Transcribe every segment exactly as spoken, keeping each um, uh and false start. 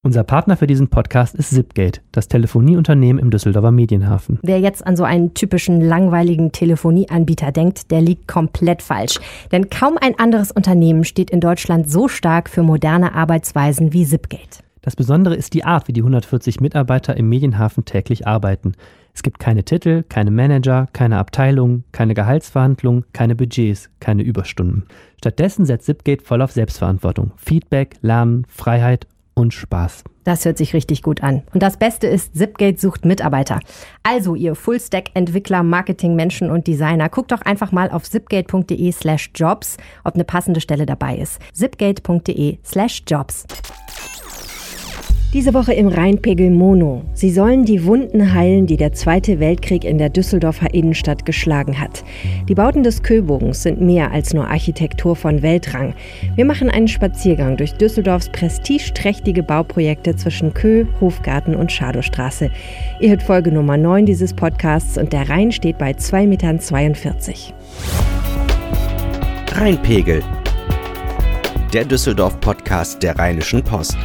Unser Partner für diesen Podcast ist Zipgate, das Telefonieunternehmen im Düsseldorfer Medienhafen. Wer jetzt an so einen typischen langweiligen Telefonieanbieter denkt, der liegt komplett falsch. Denn kaum ein anderes Unternehmen steht in Deutschland so stark für moderne Arbeitsweisen wie Zipgate. Das Besondere ist die Art, wie die hundertvierzig Mitarbeiter im Medienhafen täglich arbeiten. Es gibt keine Titel, keine Manager, keine Abteilungen, keine Gehaltsverhandlungen, keine Budgets, keine Überstunden. Stattdessen setzt Zipgate voll auf Selbstverantwortung, Feedback, Lernen, Freiheit und Spaß. Das hört sich richtig gut an. Und das Beste ist, Zipgate sucht Mitarbeiter. Also ihr Fullstack-Entwickler, Marketing-Menschen und Designer, guckt doch einfach mal auf zipgate.de slash jobs, ob eine passende Stelle dabei ist. zipgate.de slash jobs. Diese Woche im Rheinpegel Mono. Sie sollen die Wunden heilen, die der Zweite Weltkrieg in der Düsseldorfer Innenstadt geschlagen hat. Die Bauten des Köbogens sind mehr als nur Architektur von Weltrang. Wir machen einen Spaziergang durch Düsseldorfs prestigeträchtige Bauprojekte zwischen Kö, Hofgarten und Schadowstraße. Ihr hört Folge Nummer neun dieses Podcasts und der Rhein steht bei zwei Komma zweiundvierzig Meter. Rheinpegel, der Düsseldorf-Podcast der Rheinischen Post.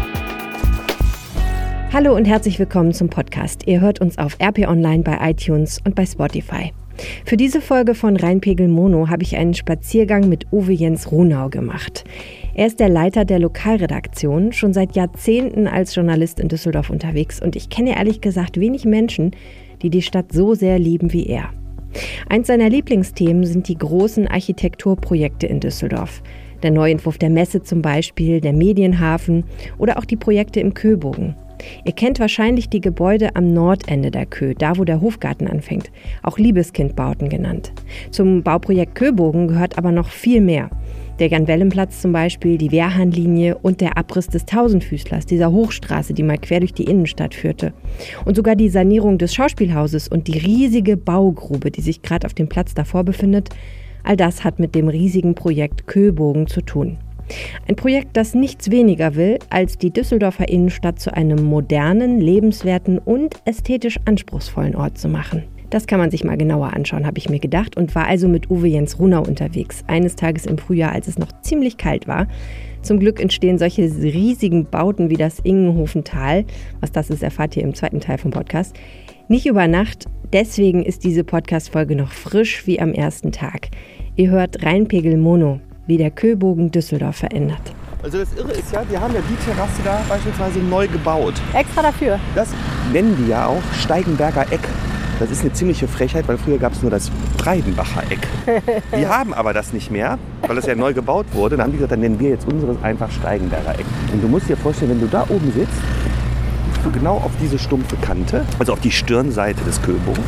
Hallo und herzlich willkommen zum Podcast. Ihr hört uns auf R P Online, bei iTunes und bei Spotify. Für diese Folge von Rheinpegel Mono habe ich einen Spaziergang mit Uwe Jens Runau gemacht. Er ist der Leiter der Lokalredaktion, schon seit Jahrzehnten als Journalist in Düsseldorf unterwegs und ich kenne ehrlich gesagt wenig Menschen, die die Stadt so sehr lieben wie er. Eins seiner Lieblingsthemen sind die großen Architekturprojekte in Düsseldorf. Der Neuentwurf der Messe zum Beispiel, der Medienhafen oder auch die Projekte im Köbogen. Ihr kennt wahrscheinlich die Gebäude am Nordende der Kö, da wo der Hofgarten anfängt, auch Liebeskindbauten genannt. Zum Bauprojekt Köbogen gehört aber noch viel mehr. Der Jan-Wellem-Platz zum Beispiel, die Wehrhahnlinie und der Abriss des Tausendfüßlers, dieser Hochstraße, die mal quer durch die Innenstadt führte. Und sogar die Sanierung des Schauspielhauses und die riesige Baugrube, die sich gerade auf dem Platz davor befindet, all das hat mit dem riesigen Projekt Köbogen zu tun. Ein Projekt, das nichts weniger will, als die Düsseldorfer Innenstadt zu einem modernen, lebenswerten und ästhetisch anspruchsvollen Ort zu machen. Das kann man sich mal genauer anschauen, habe ich mir gedacht und war also mit Uwe Jens Runau unterwegs. Eines Tages im Frühjahr, als es noch ziemlich kalt war. Zum Glück entstehen solche riesigen Bauten wie das Ingenhofental. Was das ist, erfahrt ihr im zweiten Teil vom Podcast. Nicht über Nacht, deswegen ist diese Podcast-Folge noch frisch wie am ersten Tag. Ihr hört Rheinpegel Mono, wie der Köbogen Düsseldorf verändert. Also das Irre ist ja, wir haben ja die Terrasse da beispielsweise neu gebaut. Extra dafür? Das nennen die ja auch Steigenberger Eck. Das ist eine ziemliche Frechheit, weil früher gab es nur das Breidenbacher Eck. Die haben aber das nicht mehr, weil das ja neu gebaut wurde. Dann haben die gesagt, dann nennen wir jetzt unseres einfach Steigenberger Eck. Und du musst dir vorstellen, wenn du da oben sitzt, guckst du genau auf diese stumpfe Kante, also auf die Stirnseite des Köbogens.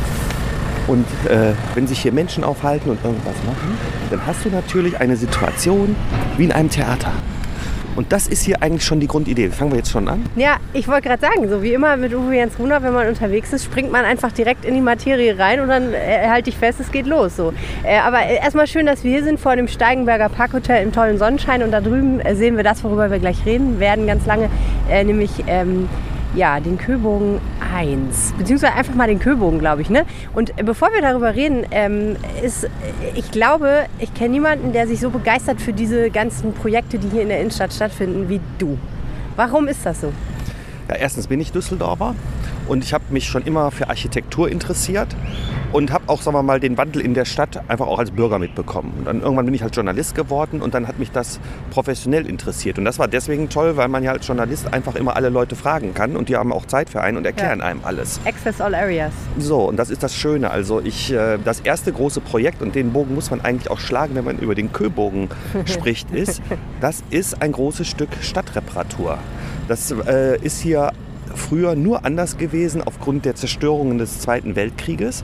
Und äh, wenn sich hier Menschen aufhalten und irgendwas machen, dann hast du natürlich eine Situation wie in einem Theater. Und das ist hier eigentlich schon die Grundidee. Fangen wir jetzt schon an? Ja, ich wollte gerade sagen, so wie immer mit Uwe Jens Runau, wenn man unterwegs ist, springt man einfach direkt in die Materie rein und dann äh, halte ich fest, es geht los. So. Äh, aber erstmal schön, dass wir hier sind vor dem Steigenberger Parkhotel im tollen Sonnenschein und da drüben äh, sehen wir das, worüber wir gleich reden werden, ganz lange, äh, nämlich ähm, ja, den Köbogen eins, beziehungsweise einfach mal den Köbogen, glaube ich. Ne? Und bevor wir darüber reden, ähm, ist, ich glaube, ich kenne niemanden, der sich so begeistert für diese ganzen Projekte, die hier in der Innenstadt stattfinden, wie du. Warum ist das so? Ja, erstens bin ich Düsseldorfer und ich habe mich schon immer für Architektur interessiert und habe auch, sagen wir mal, den Wandel in der Stadt einfach auch als Bürger mitbekommen. Und dann irgendwann bin ich halt Journalist geworden und dann hat mich das professionell interessiert. Und das war deswegen toll, weil man ja als Journalist einfach immer alle Leute fragen kann und die haben auch Zeit für einen und erklären ja. einem alles. Access all areas. So, und das ist das Schöne. Also ich, das erste große Projekt, und den Bogen muss man eigentlich auch schlagen, wenn man über den Köbogen spricht, ist, das ist ein großes Stück Stadtreparatur. Das äh, ist hier früher nur anders gewesen aufgrund der Zerstörungen des Zweiten Weltkrieges.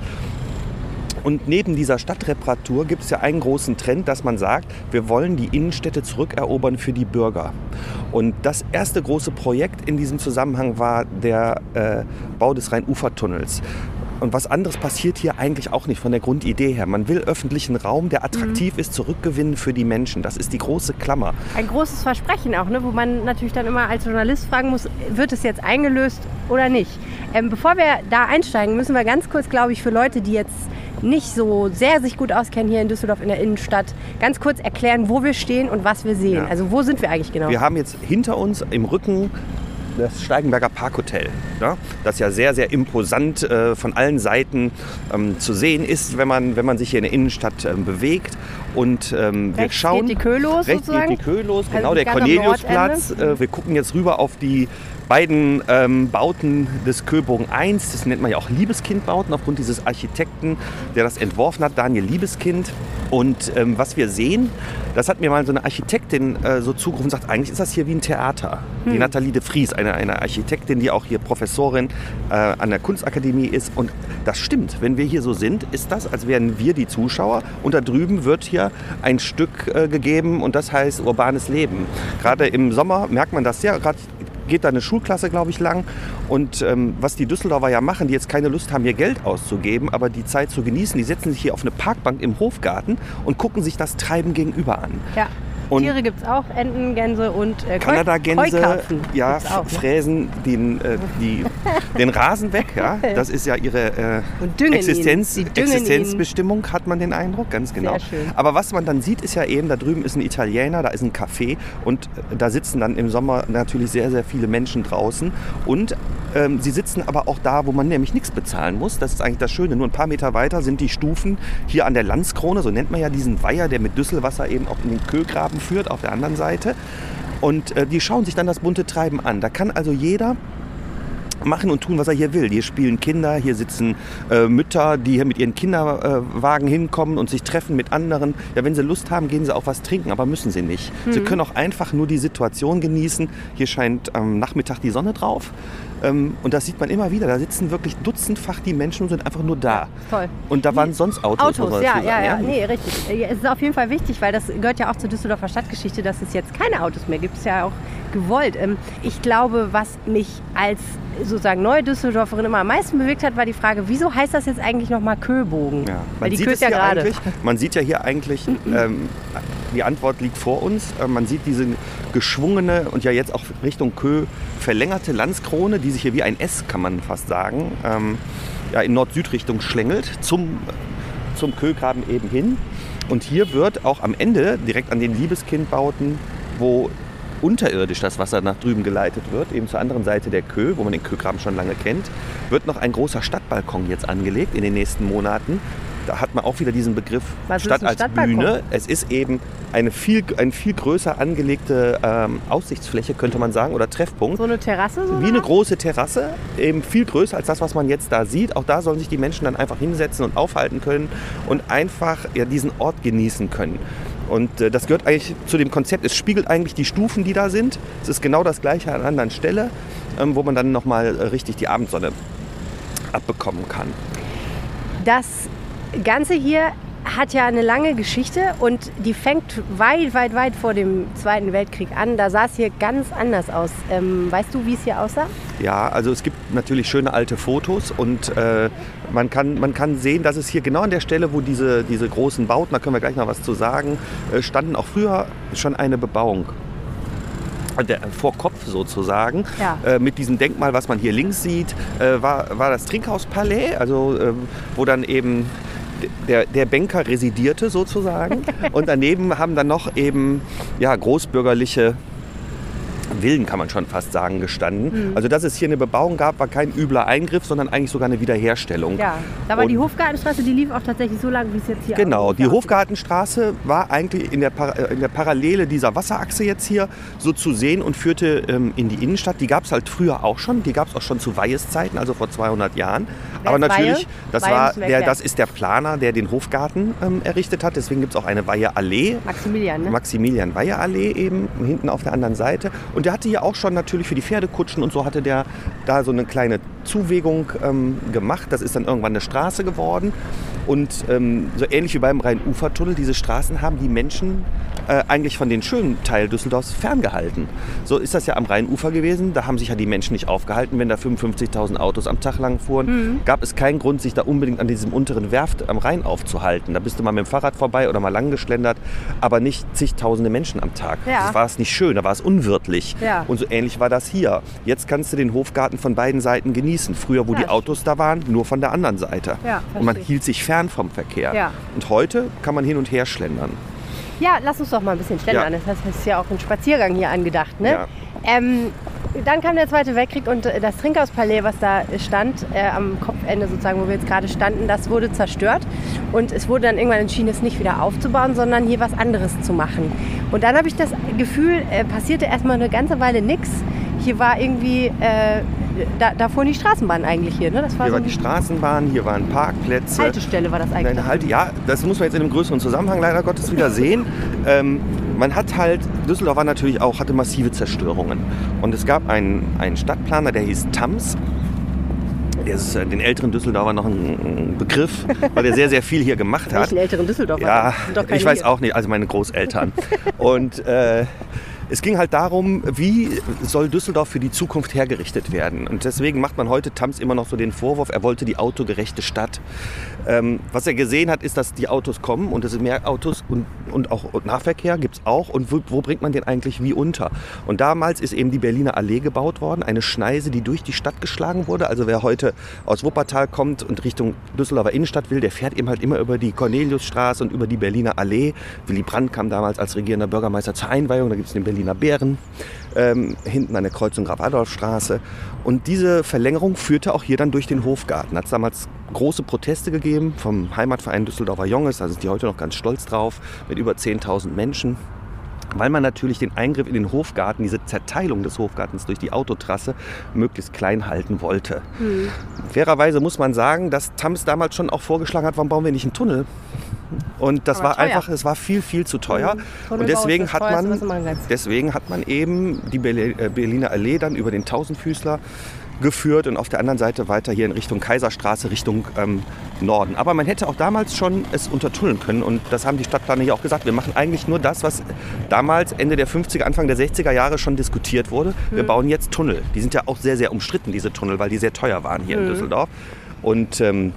Und neben dieser Stadtreparatur gibt es ja einen großen Trend, dass man sagt, wir wollen die Innenstädte zurückerobern für die Bürger. Und das erste große Projekt in diesem Zusammenhang war der äh, Bau des Rhein-Ufer-Tunnels. Und was anderes passiert hier eigentlich auch nicht von der Grundidee her. Man will öffentlichen Raum, der attraktiv mhm. ist, zurückgewinnen für die Menschen. Das ist die große Klammer. Ein großes Versprechen auch, ne? Wo man natürlich dann immer als Journalist fragen muss, wird es jetzt eingelöst oder nicht? Ähm, bevor wir da einsteigen, müssen wir ganz kurz, glaube ich, für Leute, die jetzt nicht so sehr sich gut auskennen hier in Düsseldorf in der Innenstadt, ganz kurz erklären, wo wir stehen und was wir sehen. Ja. Also wo sind wir eigentlich genau? Wir haben jetzt hinter uns im Rücken das Steigenberger Parkhotel, ne? Das ja sehr, sehr imposant äh, von allen Seiten ähm, zu sehen ist, wenn man, wenn man sich hier in der Innenstadt ähm, bewegt. Und ähm, wir rechts schauen... geht die Kö los, rechts sozusagen? geht die Kö los, Also genau, der ganz am Corneliusplatz. Nordende. Äh, wir gucken jetzt rüber auf die beiden ähm, Bauten des Köbogen eins. Das nennt man ja auch Liebeskind-Bauten aufgrund dieses Architekten, der das entworfen hat, Daniel Liebeskind. Und ähm, was wir sehen, das hat mir mal so eine Architektin äh, so zugerufen und sagt, eigentlich ist das hier wie ein Theater. Hm. Die Nathalie de Vries, eine, eine Architektin, die auch hier Professorin äh, an der Kunstakademie ist. Und das stimmt, wenn wir hier so sind, ist das, als wären wir die Zuschauer. Und da drüben wird hier ein Stück äh, gegeben und das heißt urbanes Leben. Gerade im Sommer merkt man das ja, gerade geht da eine Schulklasse, glaube ich, lang. Und ähm, was die Düsseldorfer ja machen, die jetzt keine Lust haben, ihr Geld auszugeben, aber die Zeit zu genießen, die setzen sich hier auf eine Parkbank im Hofgarten und gucken sich das Treiben gegenüber an. Ja. Und Tiere gibt es auch, Enten, Gänse und äh, Kanadagänse, Keukarpfen ja, gibt's auch, ne? fräsen den, äh, die, den Rasen weg. Ja? Das ist ja ihre äh, Und düngen Existenz, ihn. Sie düngen Existenzbestimmung, hat man den Eindruck, ganz genau. Sehr schön. Aber was man dann sieht, ist ja eben, da drüben ist ein Italiener, da ist ein Café und da sitzen dann im Sommer natürlich sehr, sehr viele Menschen draußen. Und ähm, sie sitzen aber auch da, wo man nämlich nichts bezahlen muss. Das ist eigentlich das Schöne. Nur ein paar Meter weiter sind die Stufen hier an der Landskrone, so nennt man ja diesen Weiher, der mit Düsselwasser eben auch in den Kögraben führt, auf der anderen Seite. Und äh, die schauen sich dann das bunte Treiben an. Da kann also jeder machen und tun, was er hier will. Hier spielen Kinder, hier sitzen äh, Mütter, die hier mit ihren Kinderwagen äh, hinkommen und sich treffen mit anderen. Ja, wenn sie Lust haben, gehen sie auch was trinken, aber müssen sie nicht. Mhm. Sie können auch einfach nur die Situation genießen. Hier scheint am Nachmittag die Sonne drauf. Ähm, und das sieht man immer wieder. Da sitzen wirklich dutzendfach die Menschen und sind einfach nur da. Ja, toll. Und da waren sonst Autos. Autos, ja, ja, ja, ja. Nee, richtig. Es ist auf jeden Fall wichtig, weil das gehört ja auch zur Düsseldorfer Stadtgeschichte, dass es jetzt keine Autos mehr gibt. Das ist ja auch gewollt. Ich glaube, was mich als sozusagen neue Düsseldorferin immer am meisten bewegt hat, war die Frage, wieso heißt das jetzt eigentlich nochmal Köbogen? Ja, weil die sieht Kö es ja hier gerade. eigentlich, man sieht ja hier eigentlich, ähm, die Antwort liegt vor uns. Äh, man sieht diese geschwungene und ja jetzt auch Richtung Kö verlängerte Landskrone, die sich hier wie ein S, kann man fast sagen, ähm, ja, in Nord-Süd-Richtung schlängelt, zum, zum Kögraben eben hin. Und hier wird auch am Ende, direkt an den Liebeskind-Bauten, wo unterirdisch das Wasser nach drüben geleitet wird, eben zur anderen Seite der Kö, wo man den Kögraben schon lange kennt, wird noch ein großer Stadtbalkon jetzt angelegt in den nächsten Monaten. Da hat man auch wieder diesen Begriff Was Stadt ist ein als Bühne. Es ist eben eine viel, eine viel größer angelegte ähm, Aussichtsfläche, könnte man sagen, oder Treffpunkt. So eine Terrasse? So Wie eine große Terrasse, eben viel größer als das, was man jetzt da sieht. Auch da sollen sich die Menschen dann einfach hinsetzen und aufhalten können und einfach ja, diesen Ort genießen können. Und äh, das gehört eigentlich zu dem Konzept. Es spiegelt eigentlich die Stufen, die da sind. Es ist genau das Gleiche an einer anderen Stelle, ähm, wo man dann nochmal äh, richtig die Abendsonne abbekommen kann. Das Ganze hier hat ja eine lange Geschichte und die fängt weit, weit, weit vor dem Zweiten Weltkrieg an. Da sah es hier ganz anders aus. Ähm, weißt du, wie es hier aussah? Ja, also es gibt natürlich schöne alte Fotos und äh, man, kann, man kann sehen, dass es hier genau an der Stelle, wo diese, diese großen Bauten, da können wir gleich noch was zu sagen, äh, standen auch früher schon eine Bebauung. Der, vor Kopf sozusagen, ja. äh, mit diesem Denkmal, was man hier links sieht, äh, war, war das Trinkhaus-Palais, also äh, wo dann eben der, der Banker residierte sozusagen. Und daneben haben dann noch eben ja, großbürgerliche Villen, kann man schon fast sagen, gestanden. Mhm. Also dass es hier eine Bebauung gab, war kein übler Eingriff, sondern eigentlich sogar eine Wiederherstellung. Ja, da war und die Hofgartenstraße, die lief auch tatsächlich so lang, wie es jetzt hier Genau, aussieht. die Hofgartenstraße war eigentlich in der, Par- in der Parallele dieser Wasserachse jetzt hier so zu sehen und führte ähm, in die Innenstadt. Die gab es halt früher auch schon, die gab es auch schon zu Weihes Zeiten, also vor zweihundert Jahren. Wer Aber ist natürlich, Weihe? das, Weihe war müssen wir der, erklären. das ist der Planer, der den Hofgarten ähm, errichtet hat. Deswegen gibt es auch eine Weihe-Allee. Maximilian, ne? Maximilian-Weihe-Allee eben, hinten auf der anderen Seite. Und der hatte hier auch schon natürlich für die Pferdekutschen und so hatte der da so eine kleine Zuwegung ähm, gemacht. Das ist dann irgendwann eine Straße geworden. Und ähm, so ähnlich wie beim Rhein-Ufer-Tunnel, diese Straßen haben die Menschen äh, eigentlich von den schönen Teil Düsseldorfs ferngehalten. So ist das ja am Rheinufer gewesen. Da haben sich ja die Menschen nicht aufgehalten, wenn da fünfundfünfzigtausend Autos am Tag lang fuhren. Mhm. Gab es keinen Grund, sich da unbedingt an diesem unteren Werft am Rhein aufzuhalten. Da bist du mal mit dem Fahrrad vorbei oder mal lang geschlendert, aber nicht zigtausende Menschen am Tag. Ja. Das war es nicht schön, da war es unwirtlich. Ja. Und so ähnlich war das hier. Jetzt kannst du den Hofgarten von beiden Seiten genießen. Früher, wo Ja. die Autos da waren, nur von der anderen Seite. Ja, und man verstehe. hielt sich fern vom Verkehr. Ja. Und heute kann man hin und her schlendern. Ja, lass uns doch mal ein bisschen schlendern. Ja. Das heißt, es ist ja auch ein Spaziergang hier angedacht. Ne? Ja. Ähm, dann kam der Zweite Weltkrieg und das Trinkhauspalais, was da stand, äh, am Kopfende sozusagen, wo wir jetzt gerade standen, das wurde zerstört. Und es wurde dann irgendwann entschieden, es nicht wieder aufzubauen, sondern hier was anderes zu machen. Und dann habe ich das Gefühl, äh, passierte erstmal eine ganze Weile nichts. Hier war irgendwie, äh, da, da fuhren die Straßenbahnen eigentlich hier, ne? Das war hier so war die Straßenbahn, hier waren Parkplätze. Haltestelle war das eigentlich. Eine Halte, ja, das muss man jetzt in einem größeren Zusammenhang leider Gottes wieder sehen. ähm, man hat halt, Düsseldorf war natürlich auch, hatte massive Zerstörungen. Und es gab einen, einen Stadtplaner, der hieß Tams. Der ist den älteren Düsseldorfer noch ein Begriff, weil der sehr, sehr viel hier gemacht hat. Nicht den älteren Düsseldorfer? Ja, ich weiß auch nicht, also meine Großeltern. Und äh, es ging halt darum, wie soll Düsseldorf für die Zukunft hergerichtet werden. Und deswegen macht man heute Tams immer noch so den Vorwurf, er wollte die autogerechte Stadt. Ähm, was er gesehen hat, ist, dass die Autos kommen und es sind mehr Autos und, und auch und Nahverkehr gibt es auch. Und wo, wo bringt man den eigentlich wie unter? Und damals ist eben die Berliner Allee gebaut worden, eine Schneise, die durch die Stadt geschlagen wurde. Also wer heute aus Wuppertal kommt und Richtung Düsseldorfer Innenstadt will, der fährt eben halt immer über die Corneliusstraße und über die Berliner Allee. Willy Brandt kam damals als regierender Bürgermeister zur Einweihung, da gibt es den Berliner Bären, ähm, hinten an der Kreuzung Graf-Adolf-Straße. Und diese Verlängerung führte auch hier dann durch den Hofgarten. Hat es damals große Proteste gegeben vom Heimatverein Düsseldorfer Jonges, da sind die heute noch ganz stolz drauf, mit über zehntausend Menschen. Weil man natürlich den Eingriff in den Hofgarten, diese Zerteilung des Hofgartens durch die Autotrasse möglichst klein halten wollte. Mhm. Fairerweise muss man sagen, dass Tams damals schon auch vorgeschlagen hat, warum bauen wir nicht einen Tunnel? Und das Aber war teuer. einfach, es war viel, viel zu teuer. Mhm. Und deswegen hat, man, deswegen hat man eben die Berliner Allee dann über den Tausendfüßler geführt und auf der anderen Seite weiter hier in Richtung Kaiserstraße, Richtung ähm, Norden. Aber man hätte auch damals schon es untertunneln können und das haben die Stadtplaner hier auch gesagt. Wir machen eigentlich nur das, was damals Ende der fünfziger, Anfang der sechziger Jahre schon diskutiert wurde. Wir mhm. bauen jetzt Tunnel. Die sind ja auch sehr, sehr umstritten, diese Tunnel, weil die sehr teuer waren hier mhm. in Düsseldorf. Und ähm,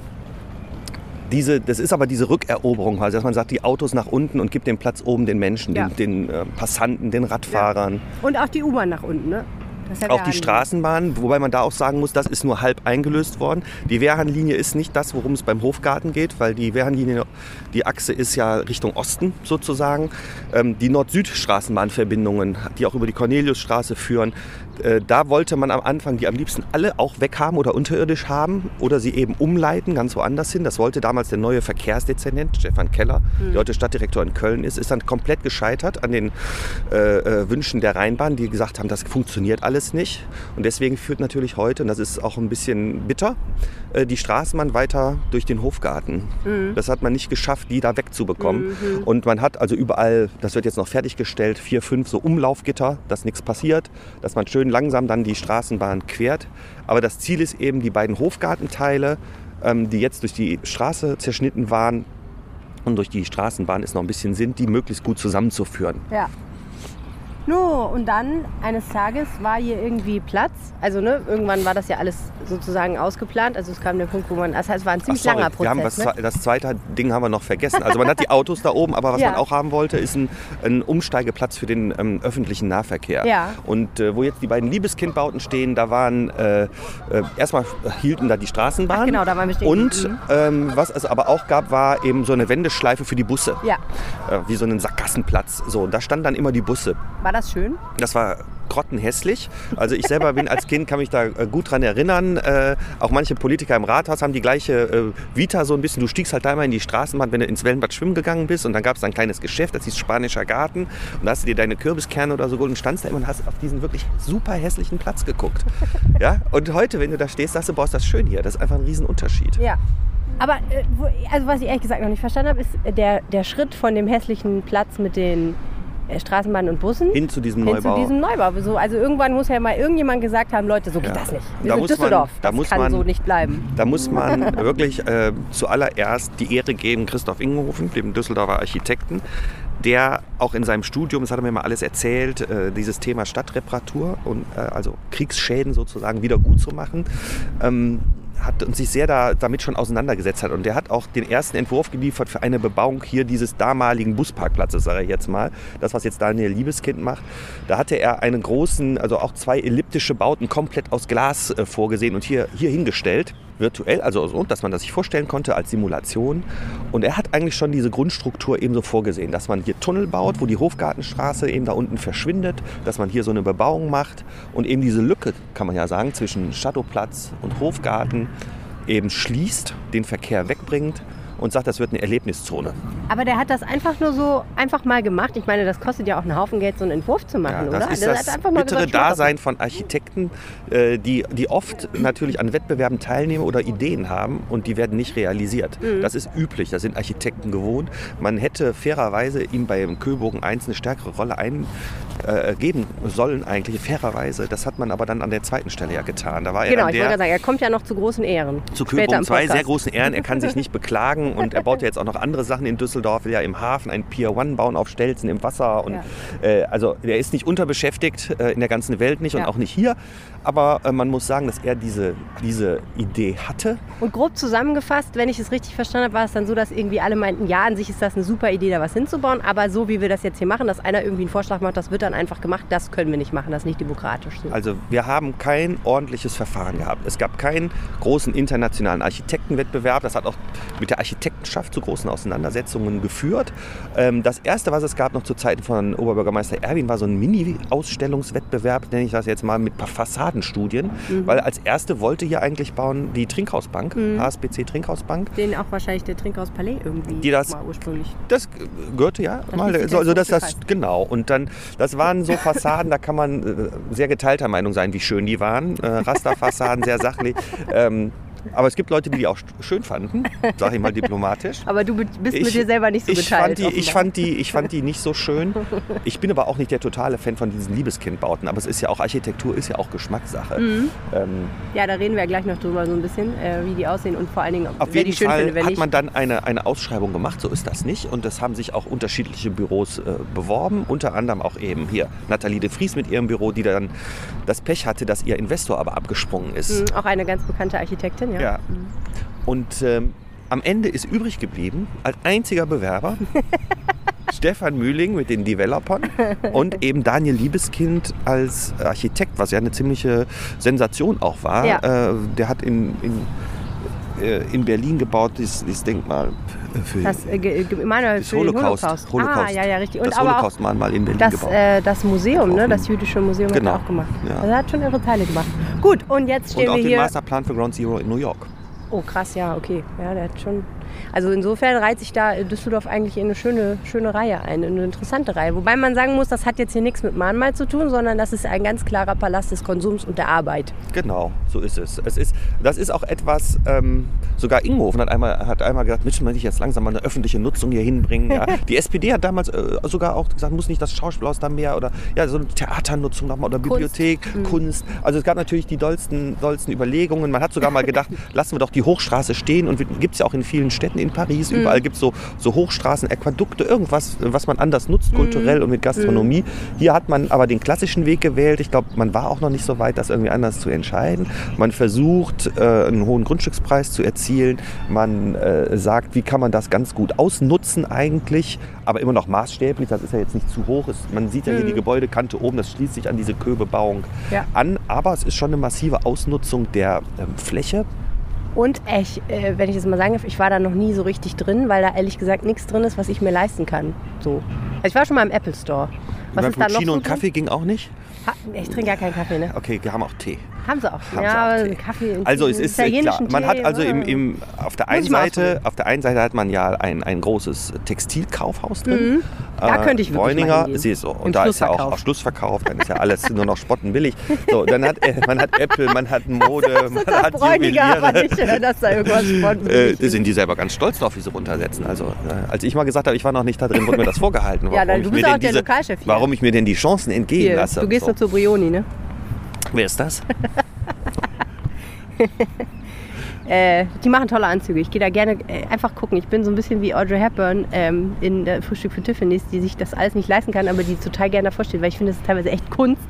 Diese, das ist aber diese Rückeroberung, also dass man sagt, die Autos nach unten und gibt den Platz oben den Menschen, ja. den, den äh, Passanten, den Radfahrern. Ja. Und auch die U-Bahn nach unten, ne? Ja auch die Straßenbahn, wobei man da auch sagen muss, das ist nur halb eingelöst worden. Die Wehrhahnlinie ist nicht das, worum es beim Hofgarten geht, weil die Wehrhahnlinie, die Achse ist ja Richtung Osten sozusagen. Ähm, die Nord-Süd-Straßenbahnverbindungen, die auch über die Corneliusstraße führen, äh, da wollte man am Anfang die am liebsten alle auch weghaben oder unterirdisch haben oder sie eben umleiten, ganz woanders hin. Das wollte damals der neue Verkehrsdezernent, Stefan Keller, mhm. der heute Stadtdirektor in Köln ist, ist dann komplett gescheitert an den äh, äh, Wünschen der Rheinbahn, die gesagt haben, das funktioniert alles nicht. Und deswegen führt natürlich heute, und das ist auch ein bisschen bitter, die Straßenbahn weiter durch den Hofgarten. Mhm. Das hat man nicht geschafft, die da wegzubekommen. Mhm. Und man hat also überall, das wird jetzt noch fertiggestellt, vier, fünf so Umlaufgitter, dass nichts passiert, dass man schön langsam dann die Straßenbahn quert. Aber das Ziel ist eben, die beiden Hofgartenteile, die jetzt durch die Straße zerschnitten waren und durch die Straßenbahn ist noch ein bisschen sind, die möglichst gut zusammenzuführen. Ja. No, und dann eines Tages war hier irgendwie Platz. Also ne, irgendwann war das ja alles sozusagen ausgeplant. Also es kam der Punkt, wo man, das heißt, es war ein ziemlich Ach, langer Prozess. Wir haben was, ne? Das zweite Ding haben wir noch vergessen. Also man hat die Autos da oben, aber was ja. man auch haben wollte, ist ein, ein Umsteigeplatz für den ähm, öffentlichen Nahverkehr. Ja. Und äh, wo jetzt die beiden Liebeskindbauten stehen, da waren äh, äh, erstmal hielten da die Straßenbahn. Ach, genau, da waren wir stehen. Und ähm, was es aber auch gab, war eben so eine Wendeschleife für die Busse. Ja. Äh, wie so einen Sackgassenplatz. So, da standen dann immer die Busse. War das schön? Das war grottenhässlich. Also ich selber bin als Kind, kann mich da äh, gut dran erinnern. Äh, auch manche Politiker im Rathaus haben die gleiche äh, Vita so ein bisschen. Du stiegst halt da mal in die Straßenbahn, wenn du ins Wellenbad schwimmen gegangen bist und dann gab es ein kleines Geschäft, das hieß Spanischer Garten und da hast du dir deine Kürbiskerne oder so geholt und standst da immer und hast auf diesen wirklich super hässlichen Platz geguckt. Ja? Und heute, wenn du da stehst, sagst du, boah, ist das schön hier. Das ist einfach ein Riesenunterschied. Ja. Aber äh, wo, also was ich ehrlich gesagt noch nicht verstanden habe, ist der, der Schritt von dem hässlichen Platz mit den Straßenbahnen und Bussen hin zu diesem hin Neubau. Zu diesem Neubau. So, also irgendwann muss ja mal irgendjemand gesagt haben, Leute, so geht ja. das nicht. Wir da sind muss Düsseldorf, man, da das muss kann man, so nicht bleiben. Da muss man wirklich äh, zuallererst die Ehre geben Christoph Ingenhofen, dem Düsseldorfer Architekten, der auch in seinem Studium, das hat er mir mal alles erzählt, äh, dieses Thema Stadtreparatur und äh, also Kriegsschäden sozusagen wieder gut zu machen, ähm, hat und sich sehr da, damit schon auseinandergesetzt hat. Und der hat auch den ersten Entwurf geliefert für eine Bebauung hier dieses damaligen Busparkplatzes, sage ich jetzt mal. Das, was jetzt Daniel Liebeskind macht. Da hatte er einen großen, also auch zwei elliptische Bauten komplett aus Glas äh, vorgesehen und hier, hier hingestellt. Virtuell, also so, dass man das sich vorstellen konnte als Simulation. Und er hat eigentlich schon diese Grundstruktur eben so vorgesehen, dass man hier Tunnel baut, wo die Hofgartenstraße eben da unten verschwindet, dass man hier so eine Bebauung macht und eben diese Lücke, kann man ja sagen, zwischen Shadowplatz und Hofgarten eben schließt, den Verkehr wegbringt und sagt, das wird eine Erlebniszone. Aber der hat das einfach nur so einfach mal gemacht. Ich meine, das kostet ja auch einen Haufen Geld, so einen Entwurf zu machen, ja, das oder? ist Der das hat einfach mal bittere gesagt, Dasein von Architekten, äh, die, die oft natürlich an Wettbewerben teilnehmen oder Ideen haben und die werden nicht realisiert. Mhm. Das ist üblich, das sind Architekten gewohnt. Man hätte fairerweise ihm beim Köbogen eins eine stärkere Rolle eingeben äh, sollen eigentlich, fairerweise. Das hat man aber dann an der zweiten Stelle ja getan. Da war er genau, dann ich wollte sagen, er kommt ja noch zu großen Ehren. Zu Köbogen zwei sehr großen Ehren, er kann sich nicht beklagen und er baut ja jetzt auch noch andere Sachen in Düsseldorf, will ja im Hafen ein Pier One bauen auf Stelzen im Wasser. Und, ja. äh, also er ist nicht unterbeschäftigt, äh, in der ganzen Welt nicht und ja. auch nicht hier. Aber äh, man muss sagen, dass er diese, diese Idee hatte. Und grob zusammengefasst, wenn ich es richtig verstanden habe, war es dann so, dass irgendwie alle meinten, ja, an sich ist das eine super Idee, da was hinzubauen. Aber so wie wir das jetzt hier machen, dass einer irgendwie einen Vorschlag macht, das wird dann einfach gemacht, das können wir nicht machen, das ist nicht demokratisch. So. Also wir haben kein ordentliches Verfahren gehabt. Es gab keinen großen internationalen Architektenwettbewerb. Das hat auch mit der Architektenschaft zu großen Auseinandersetzungen geführt. Das erste, was es gab noch zu Zeiten von Oberbürgermeister Erwin, war so ein Mini-Ausstellungswettbewerb, nenne ich das jetzt mal, mit ein paar Fassadenstudien. Mhm. Weil als erste wollte hier eigentlich bauen die Trinkhausbank, mhm. H S B C Trinkhausbank. Den auch wahrscheinlich der Trinkhaus-Palais irgendwie die das, mal ursprünglich. Das gehörte ja das mal. Also, also das, das, genau. Und dann, das waren so Fassaden, da kann man äh, sehr geteilter Meinung sein, wie schön die waren. Äh, Rasterfassaden, sehr sachlich. Ähm, Aber es gibt Leute, die die auch schön fanden, sage ich mal diplomatisch. Aber du bist ich, mit dir selber nicht so ich geteilt. Fand die, ich, fand die, ich fand die nicht so schön. Ich bin aber auch nicht der totale Fan von diesen Liebeskindbauten. Aber es ist ja auch, Architektur ist ja auch Geschmackssache. Mhm. Ähm, ja, da reden wir ja gleich noch drüber so ein bisschen, äh, wie die aussehen und vor allen Dingen, auf wer jeden die schön Fall findet, wer hat nicht. man dann eine, eine Ausschreibung gemacht, so ist das nicht. Und das haben sich auch unterschiedliche Büros äh, beworben. Unter anderem auch eben hier Nathalie de Vries mit ihrem Büro, die dann das Pech hatte, dass ihr Investor aber abgesprungen ist. Mhm, auch eine ganz bekannte Architektin, ja. ja. Mhm. Und ähm, am Ende ist übrig geblieben, als einziger Bewerber, Stefan Mühling mit den Developern und eben Daniel Liebeskind als Architekt, was ja eine ziemliche Sensation auch war. Ja. Äh, der hat in, in, äh, in Berlin gebaut, dieses, dieses Denkmal für, das, äh, ge, ge, meine, das für Holocaust. Holocaust. Holocaust. Ah, ja, ja, richtig. Und das aber Holocaust-Mahnmal in Berlin das, gebaut. Äh, das Museum, ne, das jüdische Museum, genau. hat er auch gemacht. Ja. Also er hat schon irre Teile gemacht. Gut, und jetzt stehen und auch wir den hier. Masterplan für Ground Zero in New York. Oh krass, ja, okay. Ja, der hat schon. Also insofern reiht sich da Düsseldorf eigentlich in eine schöne, schöne Reihe ein, eine interessante Reihe. Wobei man sagen muss, das hat jetzt hier nichts mit Mahnmal zu tun, sondern das ist ein ganz klarer Palast des Konsums und der Arbeit. Genau, so ist es. es ist, das ist auch etwas, ähm, sogar Ingenhofen hat einmal, hat einmal gesagt, müssen wir nicht jetzt langsam mal eine öffentliche Nutzung hier hinbringen. Ja. Die S P D hat damals äh, sogar auch gesagt, muss nicht das Schauspielhaus da mehr oder ja, so eine Theaternutzung nochmal oder Bibliothek, Kunst. Kunst. Also es gab natürlich die dollsten, dollsten Überlegungen. Man hat sogar mal gedacht, lassen wir doch die Hochstraße stehen und gibt es ja auch in vielen Städten, in Paris, mhm. überall gibt es so, so Hochstraßen, Aquädukte, irgendwas, was man anders nutzt, kulturell mhm. und mit Gastronomie. Mhm. Hier hat man aber den klassischen Weg gewählt. Ich glaube, man war auch noch nicht so weit, das irgendwie anders zu entscheiden. Man versucht, äh, einen hohen Grundstückspreis zu erzielen. Man äh, sagt, wie kann man das ganz gut ausnutzen eigentlich, aber immer noch maßstäblich. Das ist ja jetzt nicht zu hoch. Es, man sieht ja hier mhm. die Gebäudekante oben, das schließt sich an diese Köbebauung ja. an. Aber es ist schon eine massive Ausnutzung der ähm, Fläche. Und ich, äh, wenn ich das mal sagen darf, ich war da noch nie so richtig drin, weil da ehrlich gesagt nichts drin ist, was ich mir leisten kann. So. Also ich war schon mal im Apple Store. Was ist da noch so und Kaffee ging auch nicht? Ha, ich trinke gar keinen Kaffee, ne? Okay, wir haben auch Tee. Haben sie auch. Haben ja, sie auch Tee. Kaffee. Also es ist klar, man hat also im, im, auf, der einen Seite, ausprobieren. auf der einen Seite hat man ja ein, ein großes Textilkaufhaus drin. Mhm. Da äh, könnte ich wirklich Bräuninger, mal hingehen. So. Und da ist ja auch, auch Schlussverkauf, dann ist ja alles nur noch spottenbillig. So, dann hat äh, man hat Apple, man hat Mode, man hat Bräuninger, aber nicht, dass da irgendwas spottenbillig ist. Äh, sind die selber ganz stolz drauf, wie sie runtersetzen. Also äh, als ich mal gesagt habe, ich war noch nicht da drin, wurde mir das vorgehalten. Warum ja, dann, du bist auch der diese, Lokalchef hier. Warum ich mir denn die Chancen entgehen hier, lasse. Du gehst so. nur zu Brioni, ne? Wer ist das? äh, die machen tolle Anzüge. Ich gehe da gerne äh, einfach gucken. Ich bin so ein bisschen wie Audrey Hepburn ähm, in der Frühstück für Tiffany's, die sich das alles nicht leisten kann, aber die total gerne davor steht, weil ich finde, das ist teilweise echt Kunst,